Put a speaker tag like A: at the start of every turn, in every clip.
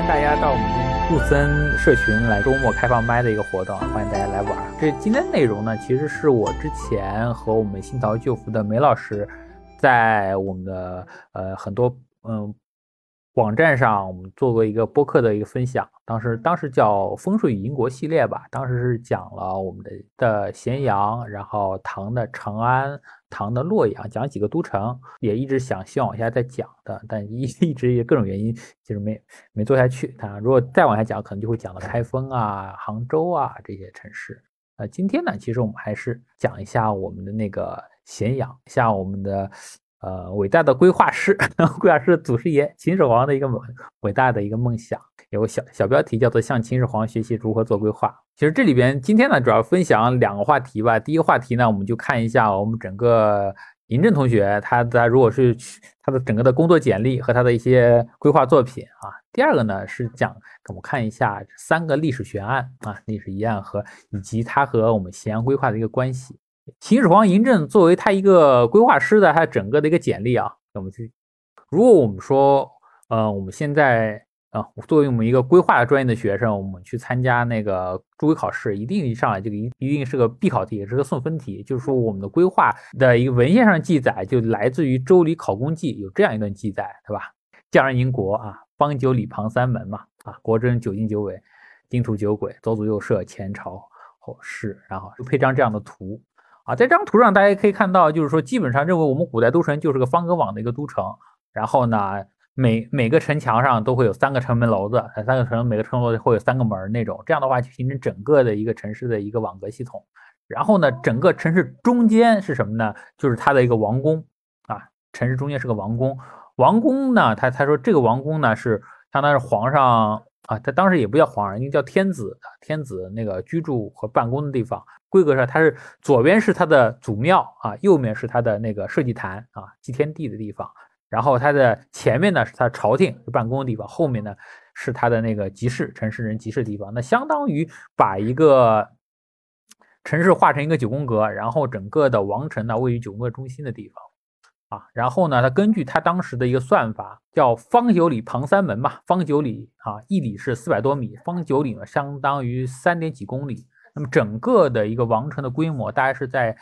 A: 迎大家到我们杜森社群来周末开放麦的一个活动，欢迎大家来玩。这今天内容呢，其实是我之前和我们新桃旧符的梅老师在我们的很多网站上我们做过一个播客的一个分享，当时叫风水与英国系列吧，当时是讲了我们的咸阳，然后唐的长安，唐的洛阳，讲几个都城，也一直希望往下再讲的，但一直也各种原因就是没做下去。如果再往下讲，可能就会讲到开封啊、杭州啊这些城市。今天呢，其实我们还是讲一下我们的那个咸阳，像我们的伟大的规划师祖师爷秦始皇的一个伟大的一个梦想，有个小标题叫做向秦始皇学习如何做规划。其实这里边今天呢主要分享两个话题吧。第一个话题呢，我们就看一下我们整个嬴政同学他如果是他的整个的工作简历和他的一些规划作品啊。第二个呢是我们看一下三个历史悬案啊，历史疑案以及他和我们咸阳规划的一个关系。秦始皇嬴政作为他一个规划师的他整个的一个简历啊，如果我们说我们现在作为我们一个规划专业的学生，我们去参加那个诸位考试，一定一上来就一定是个必考题，也是个送分题。就是说我们的规划的一个文献上记载就来自于《周礼考工记》，有这样一段记载，对吧？匠人营国啊，方九里旁三门嘛，啊，国真九经九纬，丁土九轨，左祖右社，前朝后世，然后就配张这样的图。在这张图上大家可以看到，就是说基本上认为我们古代都城就是个方格网的一个都城，然后呢每个城墙上都会有3个城门楼子，每个城楼会有3个门那种，这样的话就形成整个的一个城市的一个网格系统。然后呢整个城市中间是什么呢？就是它的一个王宫啊，城市中间是个王宫。王宫呢他说这个王宫呢是相当于皇上啊，他当时也不叫皇上，应该叫天子那个居住和办公的地方。规格上它是左边是它的祖庙啊，右面是它的那个社稷坛啊，祭天地的地方。然后它的前面呢是它朝廷办公的地方，后面呢是它的那个集市，城市人集市的地方。那相当于把一个城市画成一个9宫格，然后整个的王城呢位于9宫格中心的地方。然后呢，他根据他当时的一个算法，叫方9里旁三门嘛，方9里啊，1里是400多米，方9里呢相当于3点几公里。那么整个的一个王城的规模大概是在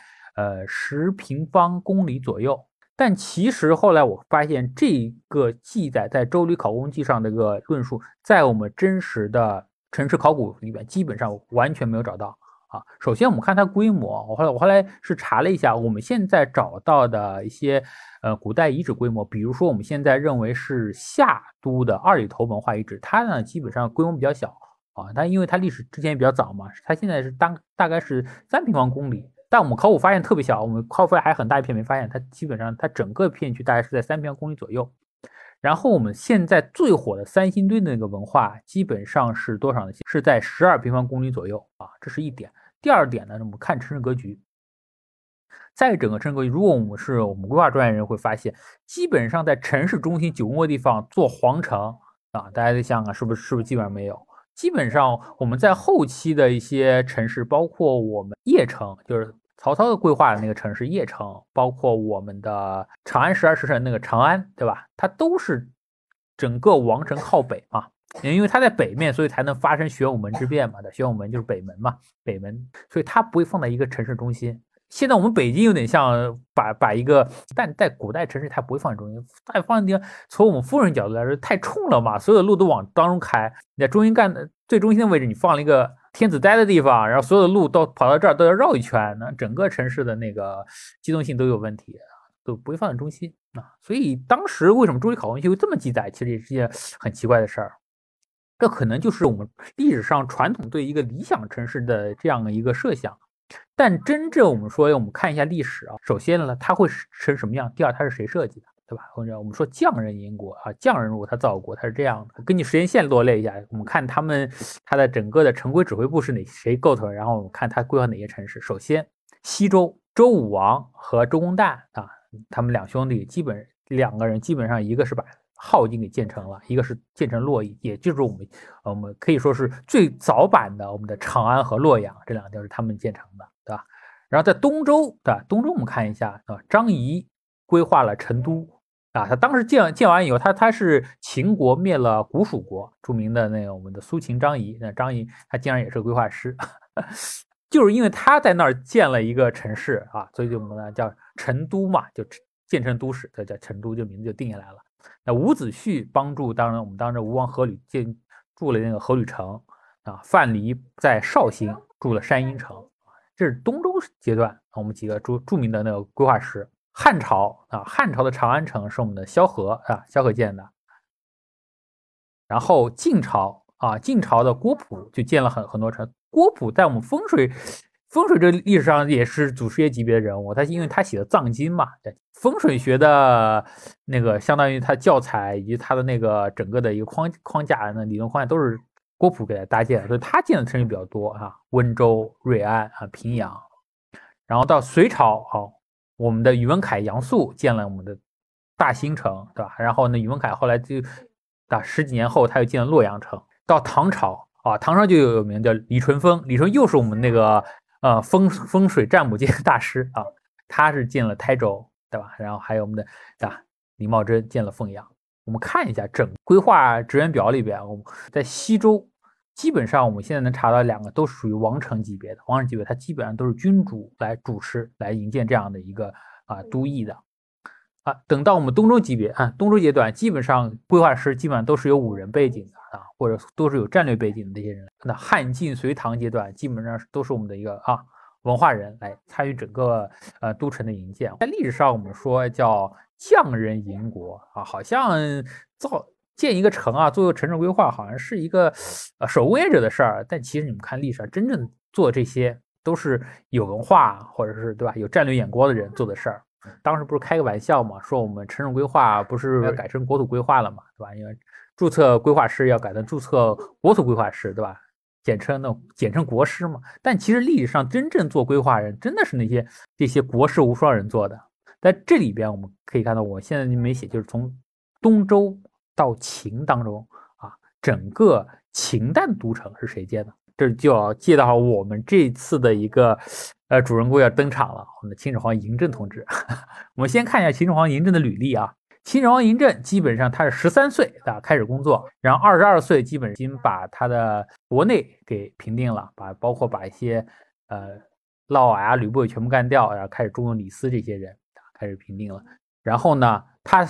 A: 10平方公里左右。但其实后来我发现这个记载在《周礼考工记》上的一个论述，在我们真实的城市考古里面基本上完全没有找到。首先我们看它规模，我后来是查了一下，我们现在找到的一些古代遗址规模，比如说我们现在认为是夏都的2里头文化遗址，它呢基本上规模比较小但因为它历史之前也比较早嘛，它现在是大概是3平方公里，但我们考古发现特别小，我们考古发现还很大一片没发现，它基本上它整个片区大概是在3平方公里左右。然后我们现在最火的三星堆的那个文化基本上是多少呢？是在12平方公里左右这是一点。第二点呢，我们看城市格局，在整个城市格局，如果我们规划专业人会发现，基本上在城市中心9宫格地方做皇城大家在想是不是基本上没有？基本上我们在后期的一些城市，包括我们邺城，就是曹操的规划的那个城市邺城，包括我们的长安12时辰那个长安，对吧？它都是整个王城靠北嘛。因为它在北面，所以才能发生玄武门之变嘛。玄武门就是北门嘛，北门，所以它不会放在一个城市中心。现在我们北京有点像把一个，但在古代城市它不会放在中心，它放在地方，从我们夫人角度来说太冲了嘛，所有的路都往当中开。你在中心最中心的位置，你放了一个天子待的地方，然后所有的路都跑到这儿都要绕一圈，那整个城市的那个机动性都有问题，都不会放在中心所以当时为什么周礼考工记会这么记载，其实也是一件很奇怪的事儿。这可能就是我们历史上传统对一个理想城市的这样的一个设想。但真正我们看一下历史首先呢，它会成什么样？第二，它是谁设计的，对吧？或者我们说匠人营国匠人如果他造国，他是这样的。根据时间线罗列一下，我们看它的整个的城规指挥部是谁构成，然后我们看它规划哪些城市。首先，西周周武王和周公旦他们2兄弟2个人基本上一个是把镐京给建成了，一个是建成洛邑，也就是我们可以说是最早版的我们的长安和洛阳，这2个地方是他们建成的，对吧？然后在东周我们看一下张仪规划了成都啊。他当时建完以后，他是秦国灭了古蜀国，著名的那个我们的苏秦张仪，那张仪他竟然也是个规划师。就是因为他在那儿建了一个城市啊，所以就我们呢叫成都嘛，就建成都市，这叫成都，这名字就定下来了。那伍子胥帮助我们当时吴王阖闾筑了那个阖闾城啊，范蠡在绍兴筑了山阴城，这是东周阶段我们几个著名的那个规划师。汉朝啊，汉朝的长安城是我们的萧何啊，萧何建的。然后晋朝啊，晋朝的郭璞就建了很多城。郭璞在我们风水这历史上也是祖师爷级别的人物，因为他写的藏经嘛，风水学的那个相当于他教材以及他的那个整个的一个框架，那理论框架都是郭璞给他搭建的，所以他建的城市比较多啊，温州、瑞安啊、平阳。然后到隋朝啊，我们的宇文恺、杨素建了我们的大兴城，对吧？然后呢，宇文恺后来就10几年后他又建了洛阳城。到唐朝啊，唐朝就有名叫李淳风，李淳又是我们那个风水占卜界大师啊，他是建了台州，对吧？然后还有我们的李茂贞建了凤阳。我们看一下整规划职员表里边，我们在西周基本上我们现在能查到2个都属于王城级别的，王城级别它基本上都是君主来主持来营建这样的一个都邑的啊。等到我们东周级别东周阶段，基本上规划师基本上都是有武人背景的啊，或者都是有战略背景的这些人。那汉晋隋唐阶段基本上都是我们的一个文化人来参与整个都城的营建。在历史上我们说叫匠人营国啊，好像建一个城啊，做城市规划好像是一个手工业者的事儿，但其实你们看历史上真正做这些都是有文化或者是对吧有战略眼光的人做的事儿。当时不是开个玩笑嘛，说我们城市规划不是要改成国土规划了嘛，对吧？因为注册规划师要改成注册国土规划师，对吧？简称国师嘛。但其实历史上真正做规划人真的是这些国士无双人做的。在这里边我们可以看到，我现在没写，就是从东周到秦当中啊，整个秦代的都城是谁建的？这就要介绍我们这次的一个主人公要登场了，我们的秦始皇嬴政同志。我们先看一下秦始皇嬴政的履历啊。秦始皇嬴政基本上他是13岁开始工作，然后22岁基本已经把他的国内给平定了，包括把一些嫪毐吕不韦全部干掉，然后开始重用李斯这些人，开始平定了。然后呢，他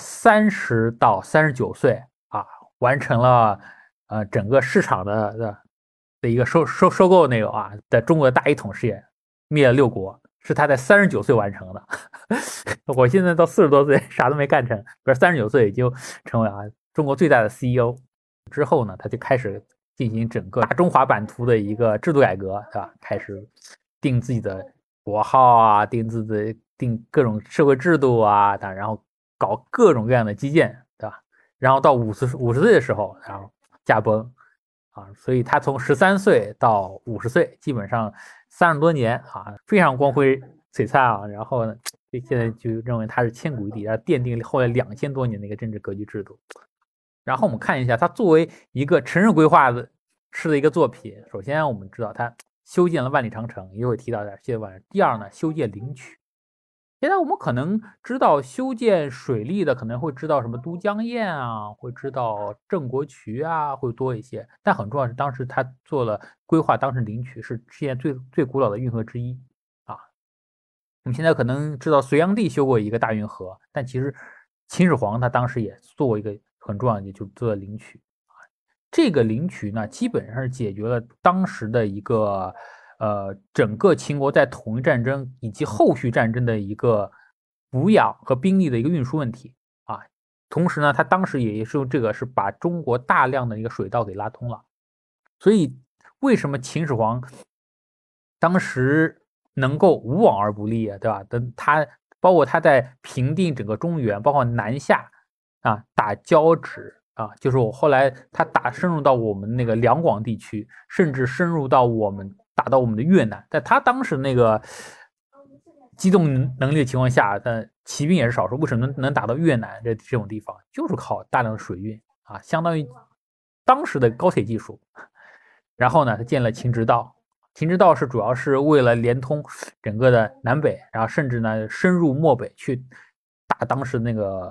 A: 30到39岁完成了整个市场的一个收购那个的中国的大一统事业，灭了6国，是他在39岁完成的。我现在到40多岁啥都没干成，不是39岁也就成为中国最大的 CEO 之后呢，他就开始进行整个大中华版图的一个制度改革，对吧？开始定自己的国号定各种社会制度然后搞各种各样的基建，对吧？然后到50岁的时候，然后驾崩所以他从13岁到50岁，基本上30多年非常光辉璀璨然后呢，现在就认为他是千古一帝，然后奠定后来2000多年的一个政治格局制度。然后我们看一下他作为一个城市规划师的一个作品，首先我们知道他修建了万里长城，也会提到的。第二呢，修建灵渠。现在我们可能知道修建水利的，可能会知道什么都江堰会知道郑国渠会多一些。但很重要是，当时他做了规划，当时灵渠是世界最古老的运河之一我们现在可能知道隋炀帝修过一个大运河，但其实秦始皇他当时也做过一个很重要的，就做了灵渠这个灵渠呢，基本上是解决了当时的一个整个秦国在统一战争以及后续战争的一个补养和兵力的一个运输问题同时呢，他当时也是用这个是把中国大量的一个水道给拉通了。所以为什么秦始皇当时能够无往而不利对吧？包括他在平定整个中原，包括南下打交趾就是我后来他深入到我们那个两广地区，甚至深入到打到我们的越南。在他当时那个机动能力的情况下，但骑兵也是少数。为什么能打到越南这种地方？就是靠大量的水运相当于当时的高铁技术。然后呢，他建了秦直道。秦直道是主要是为了连通整个的南北，然后甚至呢深入漠北去打当时那个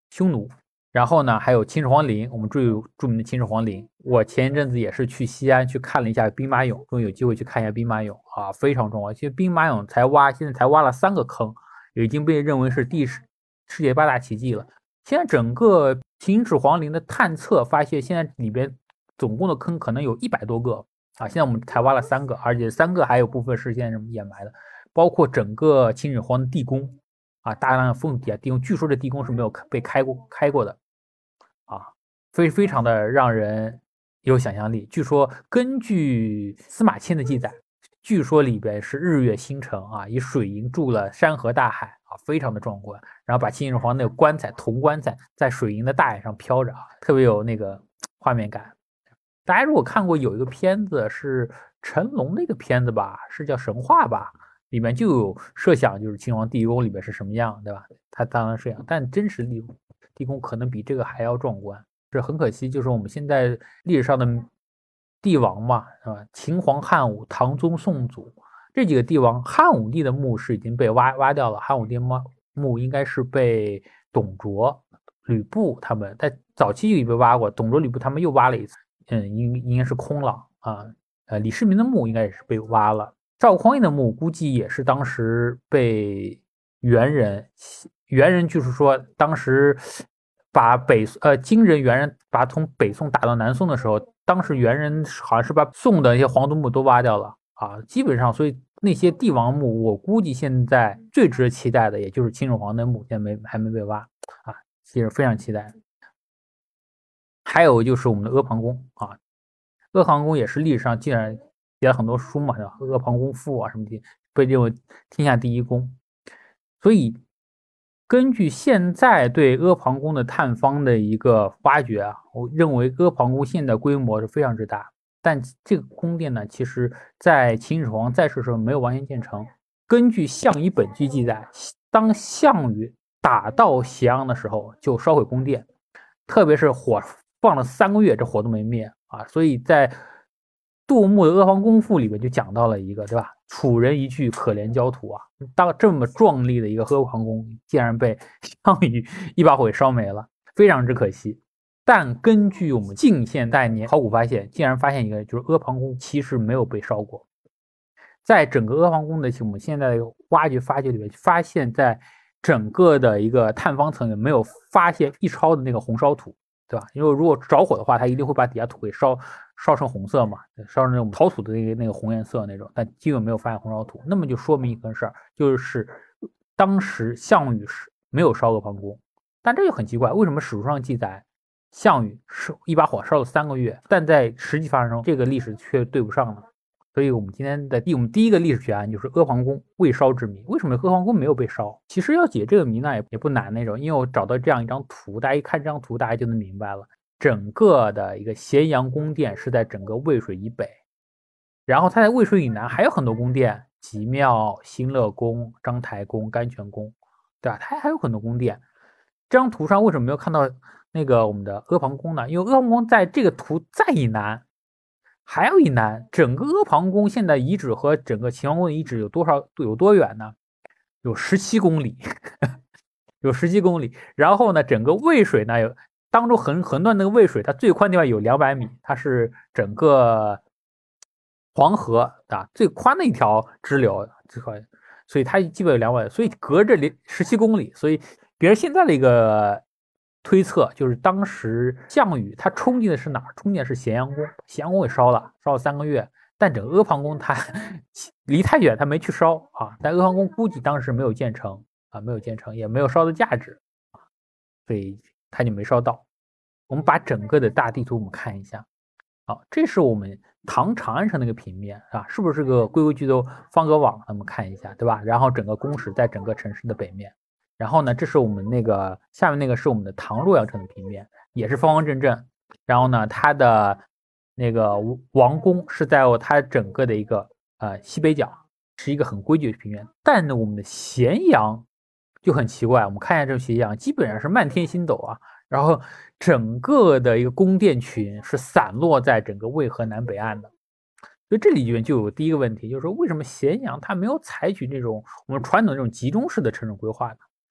A: 匈奴。然后呢，还有秦始皇陵，我们最著名的秦始皇陵。我前一阵子也是去西安去看了一下兵马俑，终于有机会去看一下兵马俑啊，非常重要。其实兵马俑现在才挖了3个坑，已经被认为是世界8大奇迹了。现在整个秦始皇陵的探测发现，现在里边总共的坑可能有100多个啊。现在我们才挖了3个，而且3个还有部分是现在掩埋的，包括整个秦始皇的地宫啊，大量的封底啊地宫，据说这地宫是没有被开过的啊，非常的让人有想象力。据说根据司马迁的记载，据说里边是日月星辰啊，以水银注了山河大海啊，非常的壮观。然后把秦始皇那个铜棺材在水银的大海上飘着啊，特别有那个画面感。大家如果看过有一个片子是成龙的一个片子吧，是叫神话吧，里面就有设想，就是秦始皇地宫里面是什么样，对吧？他当然设想，但真实地宫可能比这个还要壮观。这很可惜，就是我们现在历史上的帝王嘛，是吧？秦皇汉武、唐宗宋祖这几个帝王，汉武帝的墓是已经被挖掉了，汉武帝墓应该是被董卓、吕布他们在早期就被挖过，董卓、吕布他们又挖了一次，应该是空了啊。李世民的墓应该也是被挖了，赵匡胤的墓估计也是当时被猿人就是说当时把金人猿人把从北宋打到南宋的时候，当时猿人好像是把宋的一些皇族墓都挖掉了啊，基本上所以那些帝王墓，我估计现在最值得期待的也就是秦始皇的墓，现在还没被挖啊，其实非常期待。还有就是我们的阿房宫啊，阿房宫也是历史上竟然写了很多书嘛，是吧？阿房宫赋啊什么的，被认为天下第一宫。所以根据现在对阿房宫的探方的一个发掘啊，我认为阿房宫现在规模是非常之大，但这个宫殿呢，其实在秦始皇在世的时候没有完全建成。根据《项羽本纪》记载，当项羽打到咸阳的时候，就烧毁宫殿，特别是火放了3个月，这火都没灭啊！所以在杜牧的《阿房宫赋》里面就讲到了一个，对吧？楚人一去可怜焦土啊！当这么壮丽的一个阿房宫，竟然被项羽一把火烧没了，非常之可惜。但根据我们近现代考古发现，竟然发现一个，就是阿房宫其实没有被烧过。在整个阿房宫的我们现在的挖掘发掘里面，发现在整个的一个探方层里没有发现一烧的那个红烧土，对吧？因为如果着火的话，它一定会把底下土给烧成红色嘛，烧成那种陶土的那个红颜色那种，但基本没有发现红烧土，那么就说明一个事儿，就是当时项羽是没有烧阿房宫。但这就很奇怪，为什么史书上记载项羽是一把火烧了3个月，但在实际发生中这个历史却对不上呢？所以我们今天的我们第一个历史学案就是阿房宫未烧之谜。为什么阿房宫没有被烧？其实要解这个谜呢也不难那种，因为我找到这样一张图，大家一看这张图，大家就能明白了。整个的一个咸阳宫殿是在整个渭水以北，然后它在渭水以南还有很多宫殿，吉庙、兴乐宫、章台宫、甘泉宫，对吧？它还有很多宫殿。这张图上为什么没有看到那个我们的阿房宫呢？因为阿房宫在这个图再以南。还有一难，整个阿房宫现在遗址和整个秦皇宫的遗址有多远呢？有17公里，有17公里。然后呢，整个渭水呢有当中横断那个渭水，它最宽地方有200米，它是整个黄河啊最宽的一条支流，所以它基本有200米，所以隔着17公里，所以别人现在的一个推测就是当时项羽他冲进的是哪儿？冲进的是咸阳宫，咸阳宫也烧了3个月，但整个阿房宫他离太远，他没去烧啊。但阿房宫估计当时没有建成啊，没有建成，也没有烧的价值啊，所以他就没烧到。我们把整个的大地图我们看一下，好，这是我们唐长安城的一个平面啊，是不是个规规矩矩方格网？我们看一下，对吧？然后整个宫室在整个城市的北面。然后呢，这是我们那个下面那个是我们的唐洛阳城的平面，也是方方正正。然后呢，它的那个王宫是在它整个的一个西北角，是一个很规矩的平面。但呢，我们的咸阳就很奇怪，我们看一下这个咸阳，基本上是漫天星斗啊。然后整个的一个宫殿群是散落在整个渭河南北岸的。所以这里边就有第一个问题，就是说为什么咸阳它没有采取这种我们传统这种集中式的城市规划呢？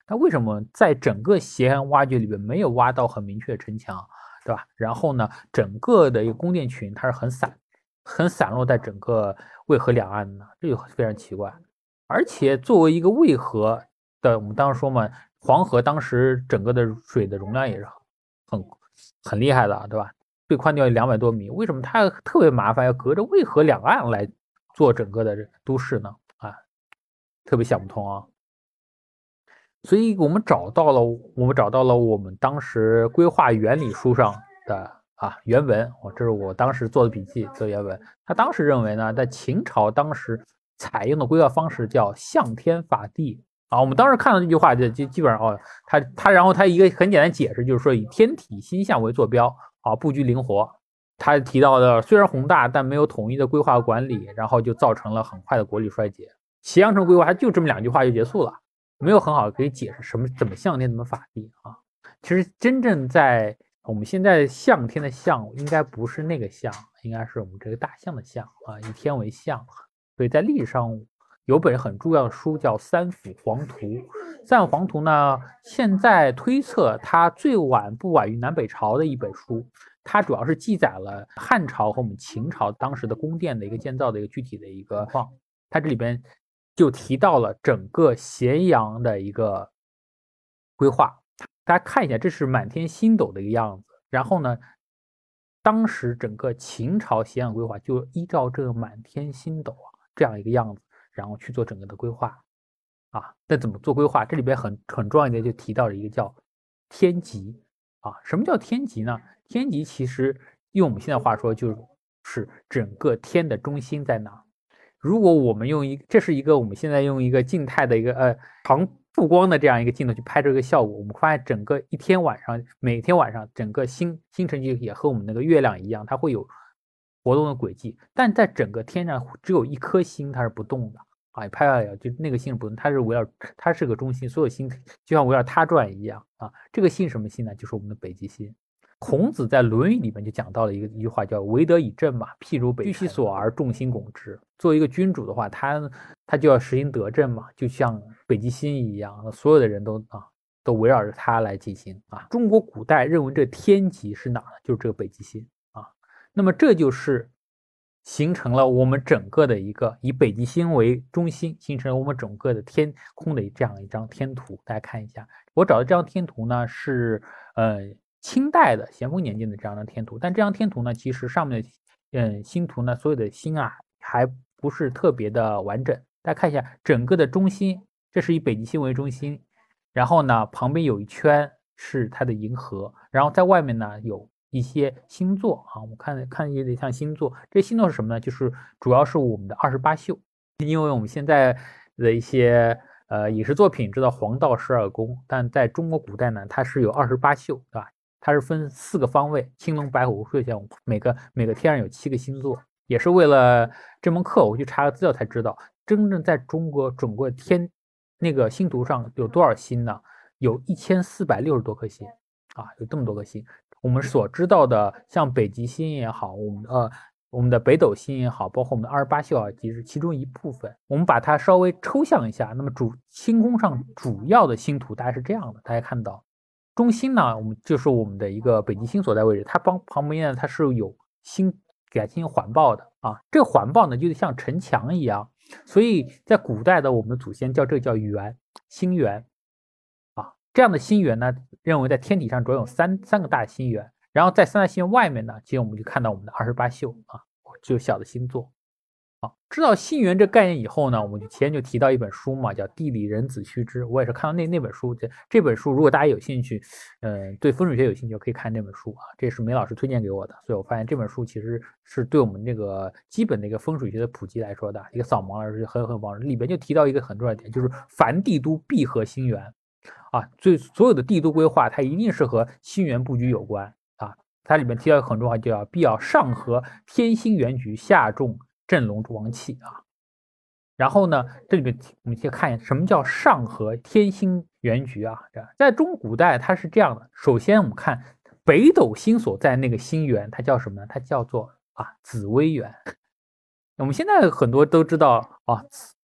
A: 那为什么在整个斜岸挖掘里边没有挖到很明确的城墙，对吧？然后呢，整个的一个宫殿群它是很散落在整个渭河两岸的，这就非常奇怪。而且作为一个渭河的，我们当时说嘛，黄河当时整个的水的容量也是很厉害的，对吧？最宽要200多米，为什么它特别麻烦，要隔着渭河两岸来做整个的都市呢？啊，特别想不通啊。所以我们找到了我们当时规划原理书上的原文，这是我当时做的笔记做原文。他当时认为呢，在秦朝当时采用的规划方式叫向天法地我们当时看到这句话就基本上然后他一个很简单解释，就是说以天体星象为坐标布局灵活。他提到的虽然宏大，但没有统一的规划管理，然后就造成了很快的国力衰竭。齐阳城规划它就这么2句话就结束了。没有很好可以解释怎么向天怎么法地其实真正在我们现在向天的向应该不是那个象，应该是我们这个大象的象以天为象。所以在历史上有本很重要的书叫《三辅黄图》。三辅黄图呢，现在推测它最晚不晚于南北朝的一本书，它主要是记载了汉朝和我们秦朝当时的宫殿的一个建造的一个具体的一个况。它这里边就提到了整个咸阳的一个规划，大家看一下，这是满天星斗的一个样子。然后呢，当时整个秦朝咸阳规划就依照这个满天星斗这样一个样子，然后去做整个的规划那怎么做规划？这里边很重要一点就提到了一个叫天极什么叫天极呢？天极其实用我们现在话说就是整个天的中心在哪。如果我们这是一个我们现在用一个静态的一个长曝光的这样一个镜头去拍这个效果，我们发现整个每天晚上整个星辰也和我们那个月亮一样，它会有活动的轨迹，但在整个天上只有一颗星它是不动的你拍下来就那个星不动，它是个中心，所有星就像围绕它转一样这个星什么星呢？就是我们的北极星。孔子在《论语》里面就讲到了一句话，叫唯德以正嘛，譬如北居其所而众星拱之。作为一个君主的话，他就要实行德政嘛，就像北极星一样，所有的人都围绕着他来进行中国古代认为这天极是哪呢？就是这个北极星那么这就是形成了我们整个的一个以北极星为中心，形成了我们整个的天空的这样一张天图。大家看一下，我找的这张天图呢是清代的咸丰年间的这样的天图，但这张天图呢，其实上面的星图呢，所有的星还不是特别的完整。大家看一下，整个的中心，这是以北极星为中心，然后呢，旁边有一圈是它的银河，然后在外面呢有一些星座我们看有点像星座。这些星座是什么呢？就是主要是我们的28宿，因为我们现在的一些影视作品知道黄道12宫，但在中国古代呢，它是有28宿，对吧？它是分4个方位，青龙白虎睡象，每个天上有7个星座。也是为了这门课，我去查了资料才知道，真正在中国整个天那个星图上有多少星呢？有1460多颗星有这么多颗星。我们所知道的，像北极星也好，我们的北斗星也好，包括我们的28宿即是其中一部分。我们把它稍微抽象一下，那么星空上主要的星图大概是这样的，大家看到。中心呢，就是我们的一个北极星所在位置，它旁边呢，它是有星给它进行环抱的这个环抱呢，就像城墙一样，所以在古代的我们的祖先叫这个叫圆星圆这样的星圆呢，认为在天体上主要有三个大星圆，然后在3大星圆外面呢，其实我们就看到我们的28宿就小的星座。知道星源这概念以后呢，我们前就提到一本书嘛，叫《地理人子须知》。我也是看到那本书，这本书如果大家有兴趣，对风水学有兴趣，可以看这本书这是梅老师推荐给我的，所以我发现这本书其实是对我们这个基本的一个风水学的普及来说的一个扫盲来说很帮助。里边就提到一个很重要的点，就是凡帝都必合星源所有的帝都规划它一定是和星源布局有关它里面提到一个很重要的叫必要上合天星元局，下重镇龙王气然后呢，这里面我们先看一下什么叫上合天星元局在中古代它是这样的。首先我们看北斗星所在那个星源，它叫什么呢？它叫做紫微垣。我们现在很多都知道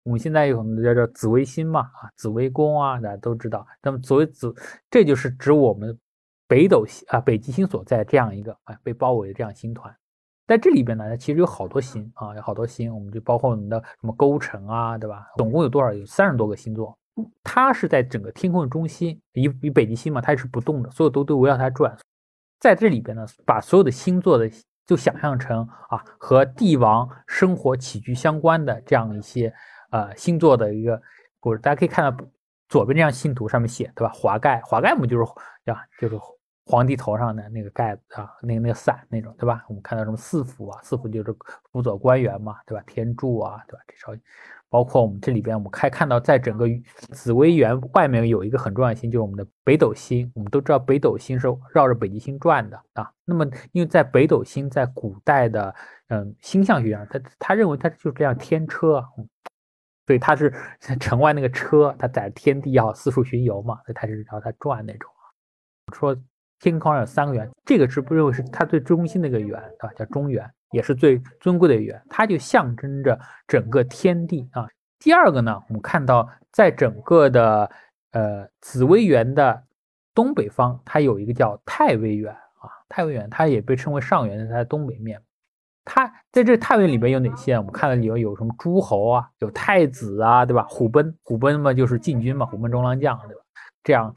A: 我们现在有很多叫做紫微星嘛，紫微宫啊，大家都知道。那么所谓这就是指我们北极星所在这样一个被包围的这样星团。在这里边呢，其实有好多星啊，有好多星，我们就包括我们的什么勾陈啊，对吧？总共有多少？有30多个星座。它是在整个天空的中心，以北极星嘛，它是不动的，所有都围绕它转。在这里边呢，把所有的星座的就想象成和帝王生活起居相关的这样一些星座的一个故事。大家可以看到左边这张星图上面写，对吧？华盖我们就是皇帝头上的那个盖子啊，那个伞那种，对吧？我们看到什么四辅啊，四辅就是辅佐官员嘛，对吧？天柱啊，对吧？这朝包括我们这里边，我们可以看到，在整个紫微垣外面有一个很重要的星，就是我们的北斗星。我们都知道北斗星是绕着北极星转的啊。那么，因为在北斗星在古代的星象学上，他认为它就是这样天车，所以它是城外那个车，它载天地四处巡游嘛，所以它是绕它转那种。说天空上有3个圆，这个是不认为是它最中心的一个圆啊，叫中圆，也是最尊贵的圆，它就象征着整个天地啊。第二个呢，我们看到在整个的紫微垣的东北方，它有一个叫太微垣啊，太微垣它也被称为上元，它在东北面。它在这太微里面有哪些？我们看到里面有什么诸侯啊，有太子啊，对吧？虎贲嘛就是禁军嘛，虎贲中郎将，对吧？这样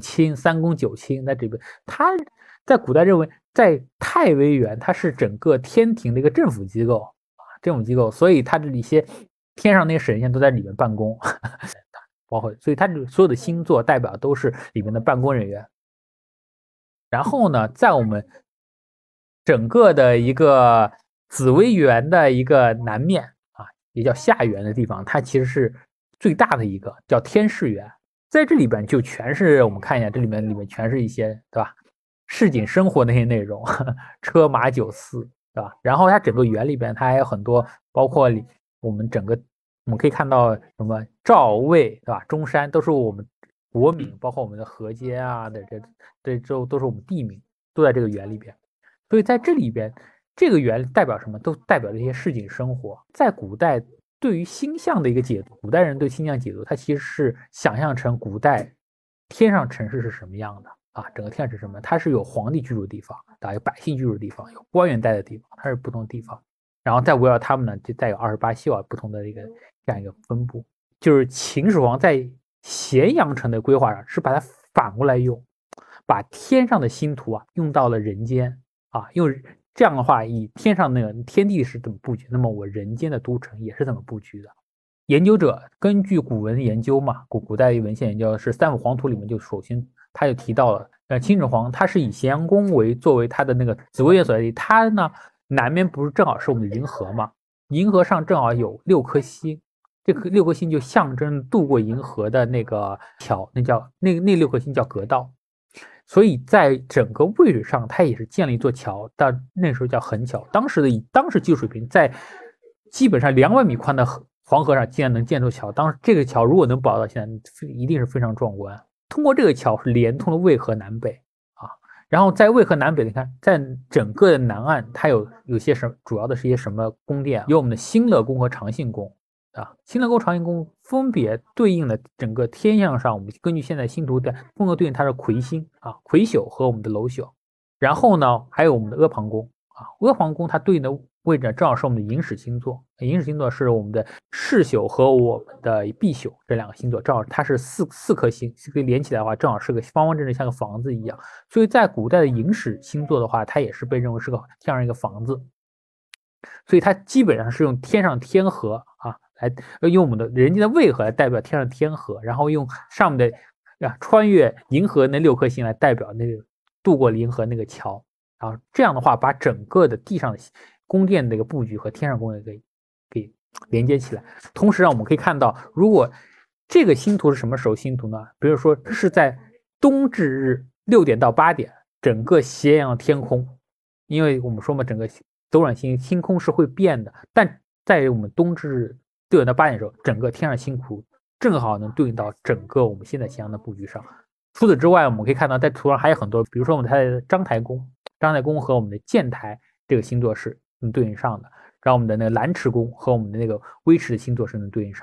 A: 3公9卿在这边，他在古代认为在太微垣，它是整个天庭的一个政府机构政府机构，所以它的一些天上那些神仙都在里面办公，包括所以它所有的星座代表都是里面的办公人员。然后呢，在我们整个的一个紫微垣的一个南面也叫下垣的地方，它其实是最大的一个，叫天市垣。在这里边就全是我们看一下，这里面全是一些对吧，市井生活那些内容，车马酒肆，对吧？然后它整个园里边它还有很多，包括我们可以看到什么赵魏，对吧？中山都是我们国名，包括我们的河间啊的这都是我们地名，都在这个园里边。所以在这里边，这个园代表什么？都代表了一些市井生活。在古代对于星象的一个解读，古代人对星象解读，它其实是想象成古代天上城市是什么样的整个天上是什么？它是有皇帝居住的地方有百姓居住的地方，有官员待的地方，它是不同的地方。然后再围绕他们呢，就带有28宿不同的这样一个分布。就是秦始皇在咸阳城的规划上是把它反过来用，把天上的星图用到了人间用这样的话，以天上那个天地是怎么布局，那么我人间的都城也是怎么布局的。研究者根据古文研究嘛，古代文献研究是三辅黄图里面就首先他就提到了，秦始皇他是以咸阳宫作为他的那个紫微垣所在地，他呢南面不是正好是我们的银河嘛，银河上正好有6颗星，这6颗星就象征渡过银河的那个桥，那6颗星叫阁道。所以在整个渭水上，它也是建了一座桥，但那时候叫横桥。当时技术水平，在基本上200米宽的黄河上竟然能建出桥，当时这个桥如果能保到现在，一定是非常壮观。通过这个桥是连通了渭河南北然后在渭河南北，你看在整个的南岸，它有些主要的是一些什么宫殿？有我们的兴乐宫和长信宫兴乐宫、长信宫分别对应了整个天象上，我们根据现在星图的风格对应它是魁星魁宿和我们的楼宿。然后呢，还有我们的阿房宫阿房宫它对应的位置正好是我们的寅使星座，寅使星座是我们的巳宿和我们的赑宿这2个星座，正好它是四颗星，可以连起来的话，正好是个方方正正，像个房子一样。所以在古代的寅使星座的话，它也是被认为是这样一个房子，所以它基本上是用天上天河来用我们的人间的渭河来代表天上天河，然后用上面的穿越银河那6颗星来代表那个渡过银河那个桥这样的话把整个的地上的宫殿的一个布局和天上宫殿给连接起来。同时我们可以看到，如果这个星图是什么时候星图呢？比如说是在冬至日6点到8点，整个咸阳天空，因为我们说嘛，整个斗转星空是会变的，但在我们冬至日6点到8点的时候，整个天上星图正好能对应到整个我们现在咸阳的布局上。除此之外，我们可以看到在图上还有很多，比如说我们的章台宫和我们的建台这个星座是能对应上的，然后我们的那个蓝池宫和我们的那个微池的星座是能对应上的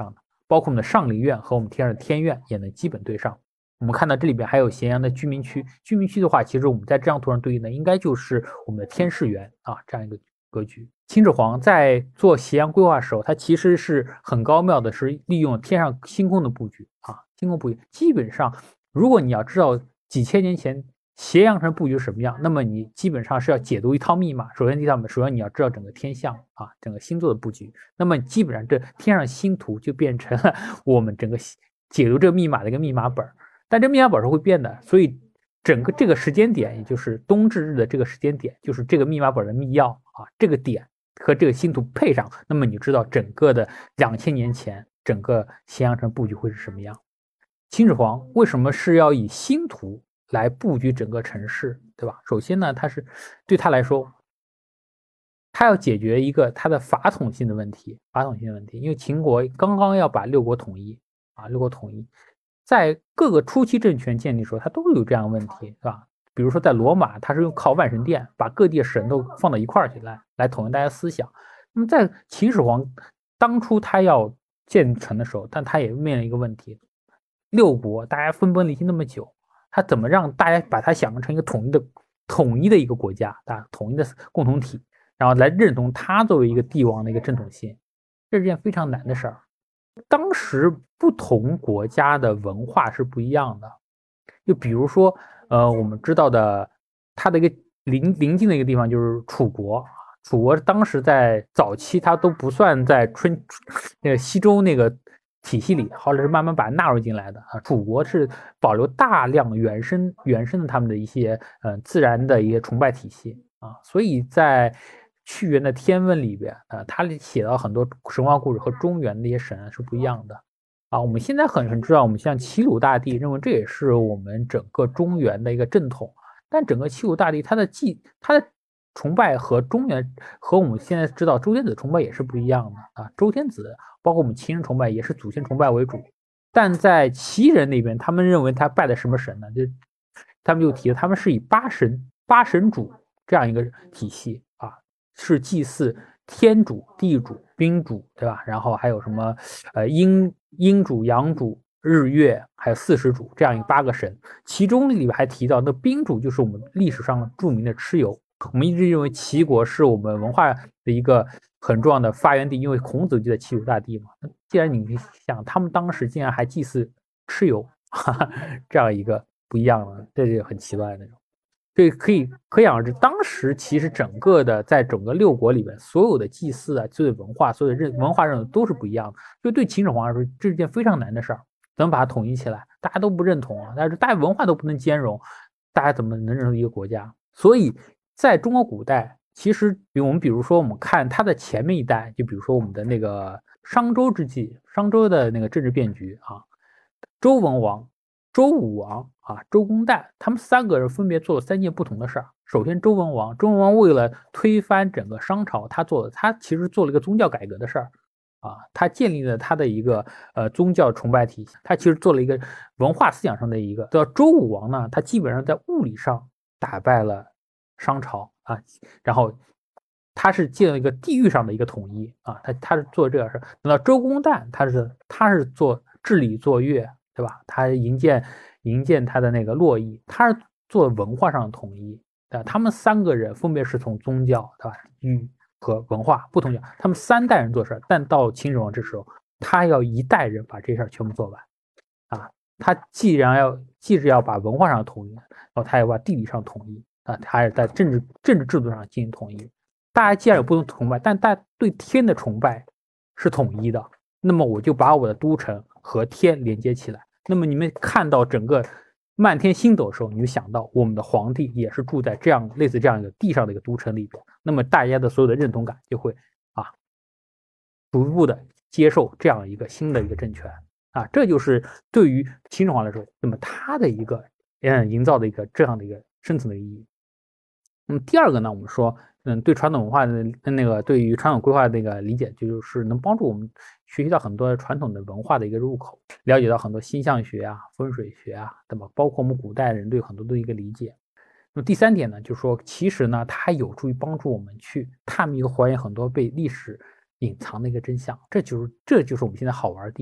A: 包括我们的上林苑和我们天上的天苑也能基本对上。我们看到这里边还有咸阳的居民区，居民区的话，其实我们在这张图上对应的应该就是我们的天士园啊这样一个格局。秦始皇在做咸阳规划的时候，他其实是很高妙的，是利用天上星空的布局啊，星空布局基本上，如果你要知道几千年前咸阳城布局是什么样，那么你基本上是要解读一套密码。首先你要知道整个天象啊，整个星座的布局，那么基本上这天上星图就变成了我们整个解读这个密码的一个密码本。但这密码本是会变的，所以整个这个时间点，也就是冬至日的这个时间点，就是这个密码本的密钥啊，这个点和这个星图配上，那么你知道整个的2000年前整个咸阳城布局会是什么样。秦始皇为什么是要以星图来布局整个城市，对吧？首先呢，对他来说，他要解决一个他的法统性的问题，因为秦国刚刚要把六国统一啊，在各个初期政权建立的时候，它都有这样的问题，是吧？比如说在罗马，它是靠万神殿把各地的神都放到一块儿去来统一大家思想。那么在秦始皇当初他要建成的时候，但他也面临一个问题：六国大家分崩离析那么久，他怎么让大家把它想象成一个统一的一个国家啊，统一的共同体，然后来认同他作为一个帝王的一个正统性，这是件非常难的事儿。当时不同国家的文化是不一样的，就比如说，我们知道的，它的一个邻近的一个地方就是楚国。楚国当时在早期，它都不算在那个西周那个体系里，后来是慢慢把它纳入进来的啊。楚国是保留大量原生的他们的一些自然的一些崇拜体系啊，所以在屈原的《天问》里边他写到很多神话故事和中原的一些神是不一样的啊。我们现在很知道，我们像齐鲁大帝认为这也是我们整个中原的一个正统，但整个齐鲁大帝他的崇拜和中原和我们现在知道周天子崇拜也是不一样的啊。周天子包括我们秦人崇拜也是祖先崇拜为主，但在齐人那边，他们认为他拜的什么神呢？他们就提了，他们是以八神主这样一个体系啊。是祭祀天主、地主、兵主，对吧？然后还有什么阴主、阳主、日月，还有40主这样一8个神。其中里边还提到，那兵主就是我们历史上著名的蚩尤。我们一直认为齐国是我们文化的一个很重要的发源地，因为孔子就在齐鲁大地嘛。既然你想，他们当时竟然还祭祀蚩尤，这样一个不一样的，这就很奇怪的那种。所以可想而知，当时其实在整个六国里边，所有的祭祀啊，所有的文化，所有的文化认同都是不一样的。所以对秦始皇来说，这是件非常难的事儿，怎么把它统一起来？大家都不认同啊，但是大家文化都不能兼容，大家怎么能认同一个国家？所以在中国古代，其实比如说我们看它的前面一代，就比如说我们的那个商周之际，商周的那个政治变局啊，周文王、周武王啊、周公旦，他们3个人分别做了3件不同的事儿。首先，周文王为了推翻整个商朝，他其实做了一个宗教改革的事儿啊，他建立了他的一个宗教崇拜体系，他其实做了一个文化思想上的一个。到周武王呢，他基本上在物理上打败了商朝啊，然后他是建了一个地域上的一个统一啊，他是做这个事儿。等到周公旦，他是做治理作乐，对吧？他营建他的那个洛邑，他是做文化上的统一。他们3个人分别是从宗教，对吧？和文化不同讲，他们3代人做事，但到秦始皇这时候，他要1代人把这事儿全部做完啊。他既是要把文化上统一，然后他也把地理上统一啊，他也在政治制度上进行统一。大家既然有不同崇拜，但大家对天的崇拜是统一的，那么我就把我的都城和天连接起来。那么你们看到整个漫天星斗的时候，你就想到我们的皇帝也是住在类似这样一个地上的一个都城里边，那么大家的所有的认同感就会逐步的接受这样一个新的一个政权啊，这就是对于秦始皇来说，那么他的一个营造的一个这样的一个深层的意义。那么第二个呢，我们说对传统文化的对于传统规划的那个理解，就是能帮助我们学习到很多传统的文化的一个入口，了解到很多星象学啊、风水学啊，对吧？包括我们古代人对很多的一个理解。那么第3点呢，就是说其实呢，它有助于帮助我们去探秘和还原很多被历史隐藏的一个真相，这就是我们现在好玩的地方。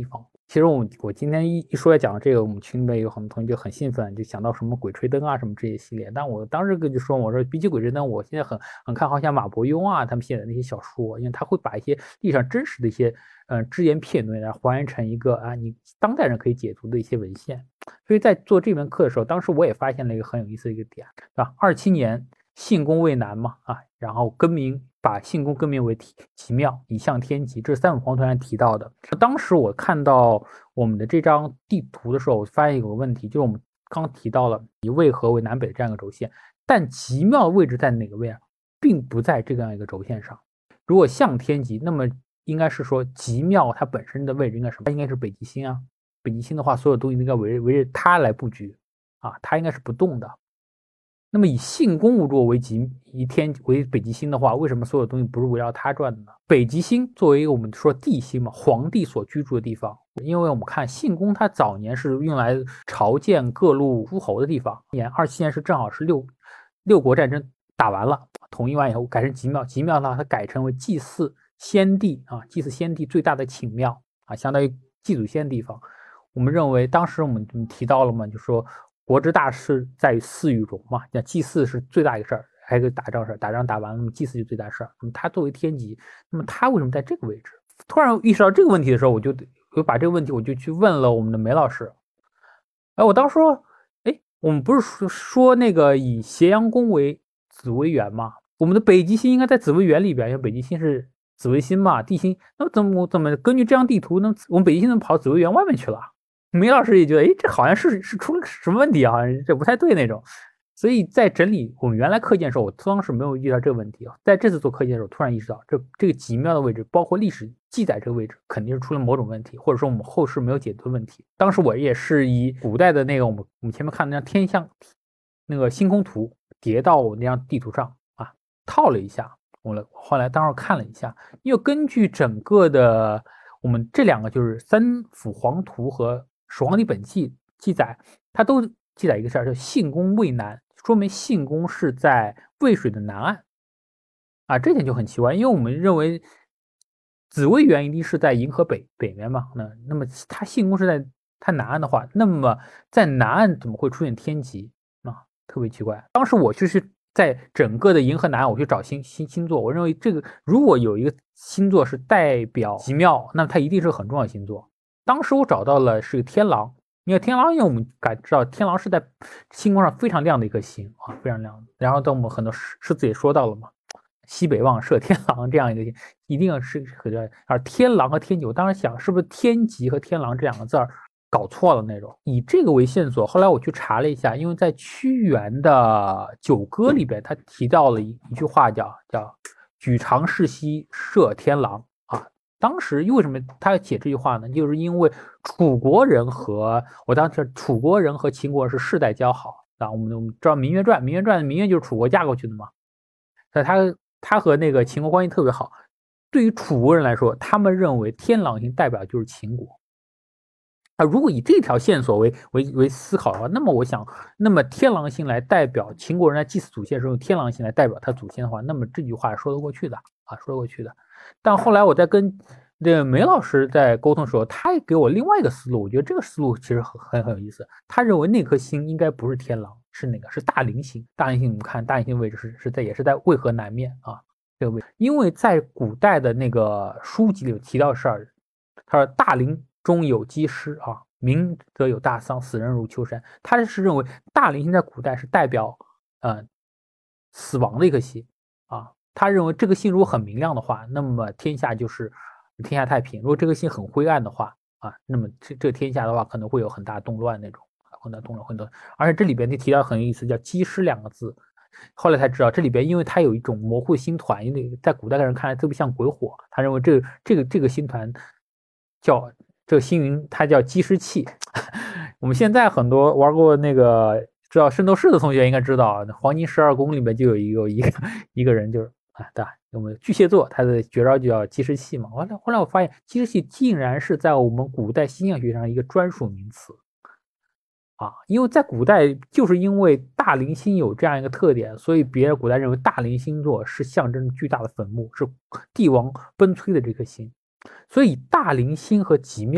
A: 其实我今天一说要讲这个，我们群里面有很多同学就很兴奋，就想到什么鬼吹灯啊什么这些系列。但我当时就说，我说比起鬼吹灯，我现在很看好像马伯庸啊他们写的那些小说，因为他会把一些历史上真实的一些只言片语，然后还原成一个你当代人可以解读的一些文献。所以在做这门课的时候，当时我也发现了一个很有意思的一个点，对吧？27年信公渭南嘛，然后把信公更名为极庙，以向天极，这是三辅黄图上提到的。当时我看到我们的这张地图的时候，我发现有个问题，就是我们刚提到了以渭河为南北的这样一个轴线，但极庙的位置在哪个位啊？并不在这样一个轴线上。如果向天极，那么应该是说极庙它本身的位置应该什么？它应该是北极星啊。北极星的话，所有东西应该围着它来布局它应该是不动的。那么以信公如果为北极星的话，为什么所有东西不是围绕它转的呢？北极星作为我们说地星嘛，皇帝所居住的地方，因为我们看信公它早年是用来朝见各路诸侯的地方。27年是正好是六国战争打完了，统一完以后改成极庙，极庙的话它改成为祭祀先帝祭祀先帝最大的寝庙相当于祭祖先的地方。我们认为当时我们提到了嘛，就说国之大事在于祀与戎嘛，像祭祀是最大一个事儿，还有一个打仗事儿，打仗打完了，那么祭祀就最大事儿。那么它作为天极，那么它为什么在这个位置？突然意识到这个问题的时候，我就把这个问题我就去问了我们的梅老师。我当时说，我们不是说那个以咸阳宫为紫微垣吗？我们的北极星应该在紫微垣里边，因为北极星是紫微星嘛，地星。那么怎么根据这张地图，那我们北极星怎么跑紫微垣外面去了？梅老师也觉得，这好像是出了什么问题好像这不太对那种。所以在整理我们原来课件的时候，我当时没有遇到这个问题在这次做课件的时候，突然意识到这个极妙的位置，包括历史记载这个位置，肯定是出了某种问题，或者说我们后世没有解决的问题。当时我也是以古代的那个我们前面看的那张天象那个星空图叠到我那张地图上套了一下。我后来当时看了一下，因为根据整个的我们这两个就是三辅黄图和始皇帝本纪记载，它都记载一个事儿，叫信公渭南，说明信公是在渭水的南岸这点就很奇怪，因为我们认为紫微垣一定是在银河北面嘛，那么它信公是在它南岸的话，那么在南岸怎么会出现天极特别奇怪。当时我就是在整个的银河南岸我去找星座，我认为这个如果有一个星座是代表极庙，那它一定是很重要的星座。当时我找到了是个天狼，因为天狼，因为我们知道天狼是在星空上非常亮的一颗星非常亮。然后我们很多诗词也说到了嘛，西北望射天狼这样一个星，一定是而天狼和天极，我当时想是不是天极和天狼这两个字搞错了那种。以这个为线索，后来我去查了一下，因为在屈原的九歌里边，他提到了一句话叫举长世兮射天狼当时为什么他要写这句话呢？就是因为楚国人和秦国人是世代交好我们知道《芈月传》的芈月就是楚国嫁过去的嘛，他和那个秦国关系特别好。对于楚国人来说，他们认为天狼星代表就是秦国如果以这条线索为思考的话，那么我想，那么天狼星来代表秦国人来祭祀祖先的时候，天狼星来代表他祖先的话，那么这句话说得过去的说得过去的。但后来我在跟这个梅老师在沟通的时候，他也给我另外一个思路，我觉得这个思路其实很有意思。他认为那颗星应该不是天狼，是哪个？是大陵星。大陵星我们看大陵星位置也是在渭河南面这个位置。因为在古代的那个书籍里有提到事儿，他说大陵中有积尸明则有大丧，死人如秋山。他是认为大陵星在古代是代表死亡的一颗星他认为这个星如果很明亮的话，那么天下太平；如果这个星很灰暗的话那么这天下的话可能会有很大动乱那种很大动乱。而且这里边就提到很有意思，叫积尸两个字。后来才知道这里边因为它有一种模糊的星团，因为在古代的人看来特别像鬼火，他认为这个星团叫这个星云，它叫积尸器。我们现在很多玩过那个知道圣斗士的同学应该知道黄金12宫里面就有一个人就是对吧？我们巨蟹座他的绝招就叫积尸器嘛。后来我发现积尸器竟然是在我们古代星象学上一个专属名词因为在古代就是因为大陵星有这样一个特点，所以别人古代认为大陵星座是象征巨大的坟墓，是帝王奔催的这颗星。所以大陵星和极庙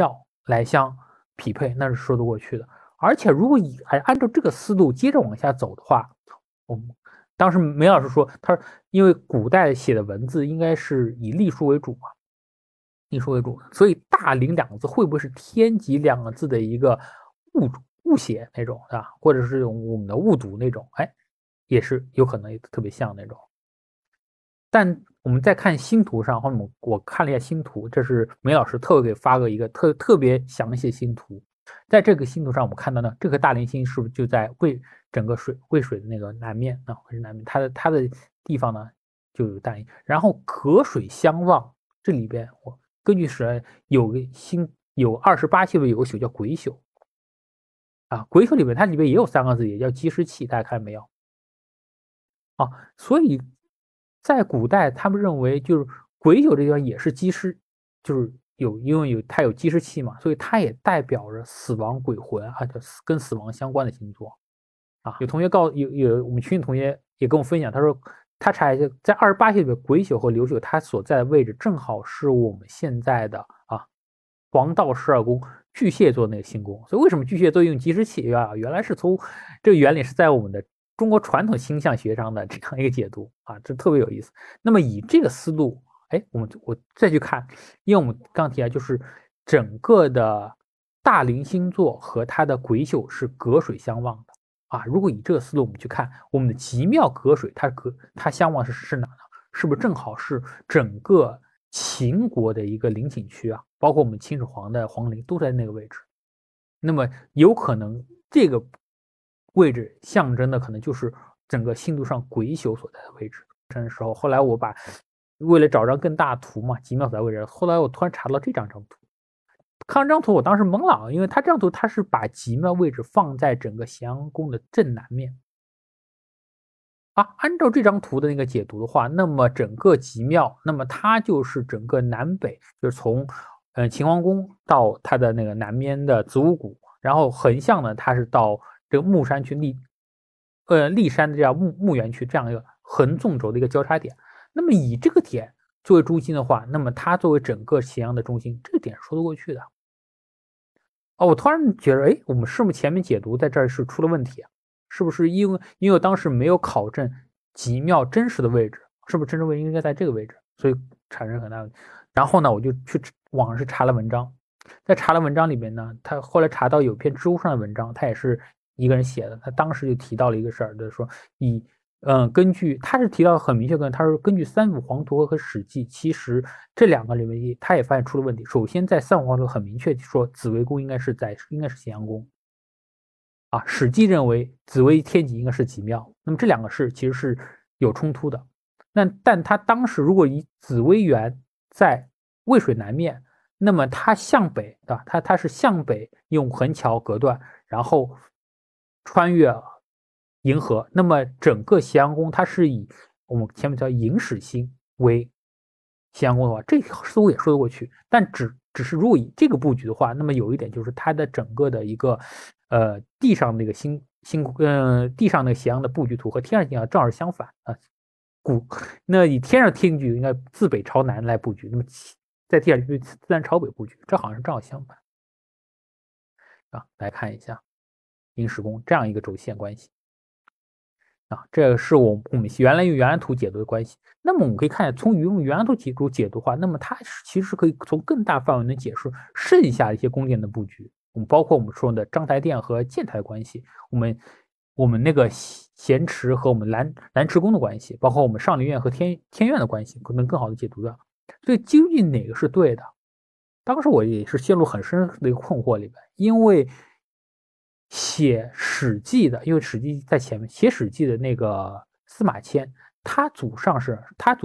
A: 来相匹配，那是说得过去的。而且如果按照这个思路接着往下走的话，当时梅老师说，他说因为古代写的文字应该是以隶书为主嘛，隶书为主，所以大陵两个字会不会是天极两个字的一个误写那种，对吧？或者是我们的误读那种，也是有可能特别像那种。但我们再看星图上，后面我看了一下星图，这是梅老师特别给发个一个特别详细的星图。在这个星图上，我们看到呢，这颗大陵星是不是就在整个渭水的那个南面啊？是南面，它的地方呢就有大陵，然后隔水相望，这里边我根据史有个星有28宿有个宿叫癸宿啊，癸宿里面它里边也有3个字，也叫积食气，大家看没有？啊，所以在古代他们认为就是癸宿这地方也是积食，就是因为它有积食气嘛，所以它也代表着死亡鬼魂啊，就跟死亡相关的星座啊。有同学我们群里同学也跟我分享，他说他查一下，在28宿里面癸宿和流宿它所在的位置正好是我们现在的黄道12宫巨蟹座那个星宫。所以为什么巨蟹座用积食气啊？原来是从这个原理是在我们的中国传统星象学上的这样一个解读啊，这特别有意思。那么以这个思路，我再去看，因为我们刚提到就是整个的大陵星座和它的癸宿是隔水相望的啊。如果以这个思路我们去看，我们的极庙隔水，它相望是哪呢？是不是正好是整个秦国的一个陵寝区啊？包括我们秦始皇的皇陵都在那个位置。那么有可能这个位置象征的可能就是整个星图上癸宿所在的位置。的时候，后来我为了找张更大的图嘛，极妙所在位置，后来我突然查到这张图，看这张图我当时懵了，因为它这张图它是把极妙位置放在整个咸阳宫的正南面啊。按照这张图的那个解读的话，那么整个极妙，那么它就是整个南北，就是从秦皇宫到它的那个南面的子午谷，然后横向呢，它是到这个木山去骊山的这样木园区这样一个横纵轴的一个交叉点。那么以这个点作为中心的话，那么它作为整个咸阳的中心，这个点是说得过去的。我突然觉得，我们是不是前面解读在这儿是出了问题啊？是不是因为我当时没有考证极妙真实的位置，是不是真实位置应该在这个位置，所以产生很大问题。然后呢，我就去网上查了文章，在查了文章里面呢，他后来查到有篇知乎上的文章，他也是一个人写的，他当时就提到了一个事儿，就是说根据他是提到很明确他说根据三辅黄图和史记，其实这2个里面他也发现出了问题。首先在三辅黄图很明确说紫微宫应该是咸阳宫啊，史记认为紫微天极应该是极庙，那么这2个其实是有冲突的。但他当时如果以紫微垣在渭水南面，那么它向北，对吧？它是向北用横桥隔断，然后穿越银河，那么整个咸阳宫它是以我们前面叫寅始星为咸阳宫的话，这似乎也说得过去。但只是如果以这个布局的话，那么有一点就是它的整个的一个地上那个地上那个咸阳的布局图和天上咸阳正好是相反啊。那以天上天局应该自北朝南来布局，那么在地上就自南朝北布局，这好像是正好相反啊。来看一下寅时宫这样一个轴线关系啊，这是我们原来用圆安图解读的关系。那么我们可以看从用圆安图解读的话，那么它其实可以从更大范围能解释剩下一些宫殿的布局。包括我们说的章台殿和建台的关系，我们那个咸池和我们蓝池宫的关系，包括我们上林苑和天苑的关系，可能更好的解读的。所以究竟哪个是对的？当时我也是陷入很深的一个困惑里边，因为写史记的，因为史记在前面，写史记的那个司马迁，他祖上是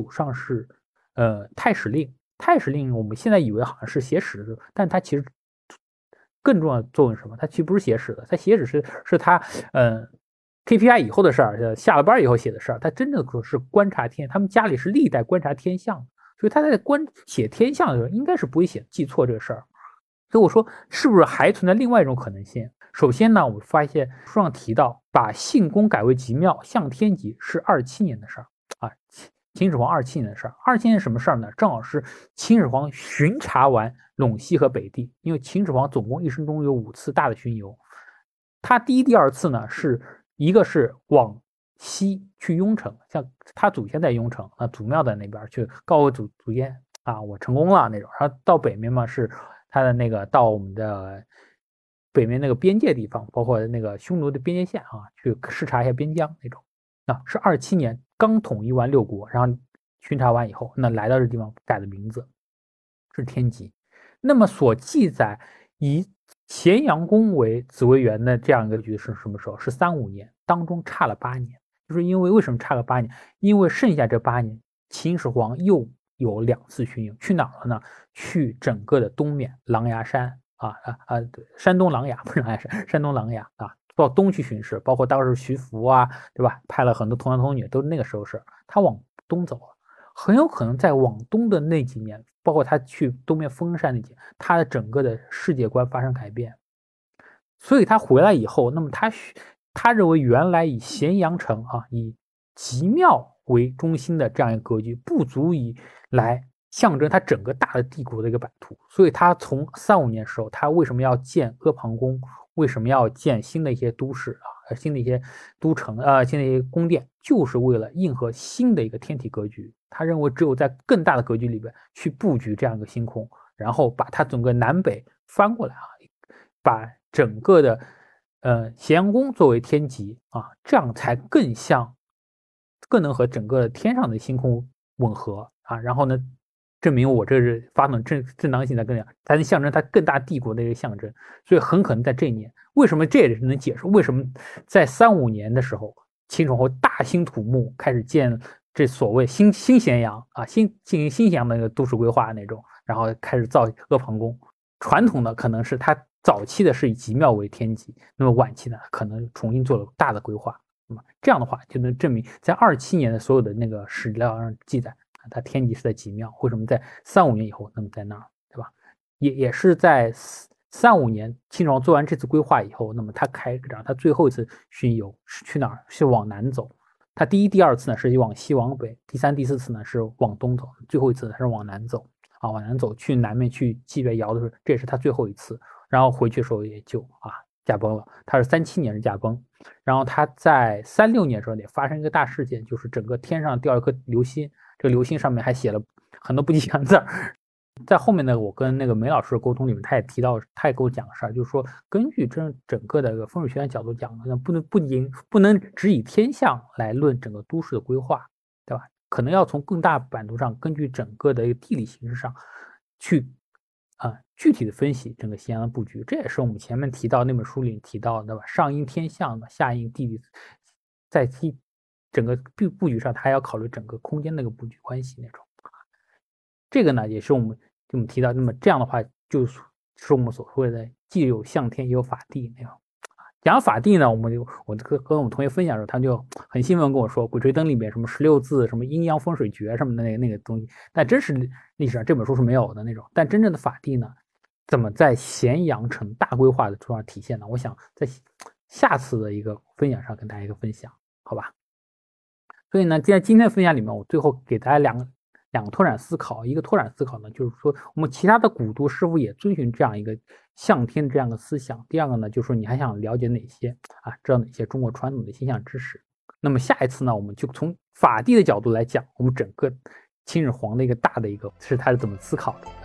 A: 太史令。太史令我们现在以为好像是写史，但他其实更重要的作用是什么？他其实不是写史的，他写史是他KPI 以后的事儿，下了班以后写的事儿。他真正是观察天，他们家里是历代观察天象，所以他在写天象的时候，应该是不会记错这个事儿。所以我说，是不是还存在另外一种可能性？首先呢，我发现书上提到把信宫改为极庙向天极是27年的事儿啊， 秦始皇27年的事儿。27年什么事儿呢？正好是秦始皇巡查完陇西和北地，因为秦始皇总共一生中有5次大的巡游。他第一、第二次呢，一个是往西去雍城，像他祖先在雍城，祖庙在那边去告我祖先啊，我成功了那种。然后到北面嘛，是他的那个到我们的北面那个边界地方，包括那个匈奴的边界线啊，去视察一下边疆那种。是27年刚统一完6国，然后巡查完以后，那来到这地方改的名字是天极。那么所记载以咸阳宫为紫微垣的这样一个局是什么时候？是35年，当中差了8年。就是因为什么差了8年？因为剩下这8年，秦始皇又有2次巡游，去哪儿了呢？去整个的东面琅琊山对，山东琅琊不是琅琊山，山东琅琊啊，到东去巡视，包括当时徐福啊，对吧？派了很多童男童女，都是那个时候是他往东走了，很有可能在往东的那几年，包括他去东面封山那几年，他的整个的世界观发生改变，所以他回来以后，那么他认为原来以咸阳城以极庙为中心的这样一个格局不足以来象征他整个大的帝国的一个版图，所以他从35年的时候，他为什么要建阿房宫？为什么要建新的一些都市新的一些都城新的一些宫殿，就是为了应和新的一个天体格局。他认为只有在更大的格局里边去布局这样一个星空，然后把它整个南北翻过来把整个的咸阳宫作为天极这样才更能和整个天上的星空吻合然后呢，证明我这是发动正当性的更才能象征它更大帝国的一个象征。所以很可能在这一年，为什么这也是能解释为什么在35年的时候，秦始皇大兴土木，开始建这所谓新咸阳进行新咸阳的那个都市规划那种，然后开始造阿房宫。传统的可能是他早期的是以极庙为天极，那么晚期呢可能重新做了大的规划。那么这样的话就能证明，在27年的所有的那个史料上记载，他天极是在极庙，为什么在35年以后那么在那儿，对吧？也是在35年秦始皇做完这次规划以后，那么他他最后一次巡游是去哪儿？是往南走。他第一、第二次呢是往西往北，第3、第4次呢是往东走，最后一次呢是往南走往南走去南面去祭月尧的时候，这也是他最后一次。然后回去的时候也就驾崩了。他是37年是驾崩，然后他在36年的时候也发生一个大事件，就是整个天上掉一颗流星，这个流星上面还写了很多不吉祥字。在后面呢，我跟那个梅老师的沟通里面，他也提到，他也给我讲个事儿，就是说根据整个的风水学的角度讲，不能只以天象来论整个都市的规划，对吧？可能要从更大版图上，根据整个的地理形势上去具体的分析整个咸阳的布局。这也是我们前面提到那本书里提到的，对吧？上应天象的，下应地理，在整个布局上，它还要考虑整个空间那个布局关系那种。这个呢，也是我们提到，那么这样的话，就是我们所谓的既有象天，也有法地那种。讲法地呢，我跟我们同学分享的时候，他就很兴奋跟我说，《鬼吹灯》里面什么16字、什么阴阳风水诀什么的那个东西，但真实历史上这本书是没有的那种。但真正的法地呢，怎么在咸阳城大规划的中上体现呢？我想在下次的一个分享上跟大家一个分享，好吧？所以呢，在今天的分享里面，我最后给大家两个拓展思考。一个拓展思考呢，就是说我们其他的古都是否也遵循这样一个向天这样的思想？第二个呢，就是说你还想了解哪些知道哪些中国传统的星象知识？那么下一次呢，我们就从法地的角度来讲，我们整个秦始皇的一个大的一个是他是怎么思考的。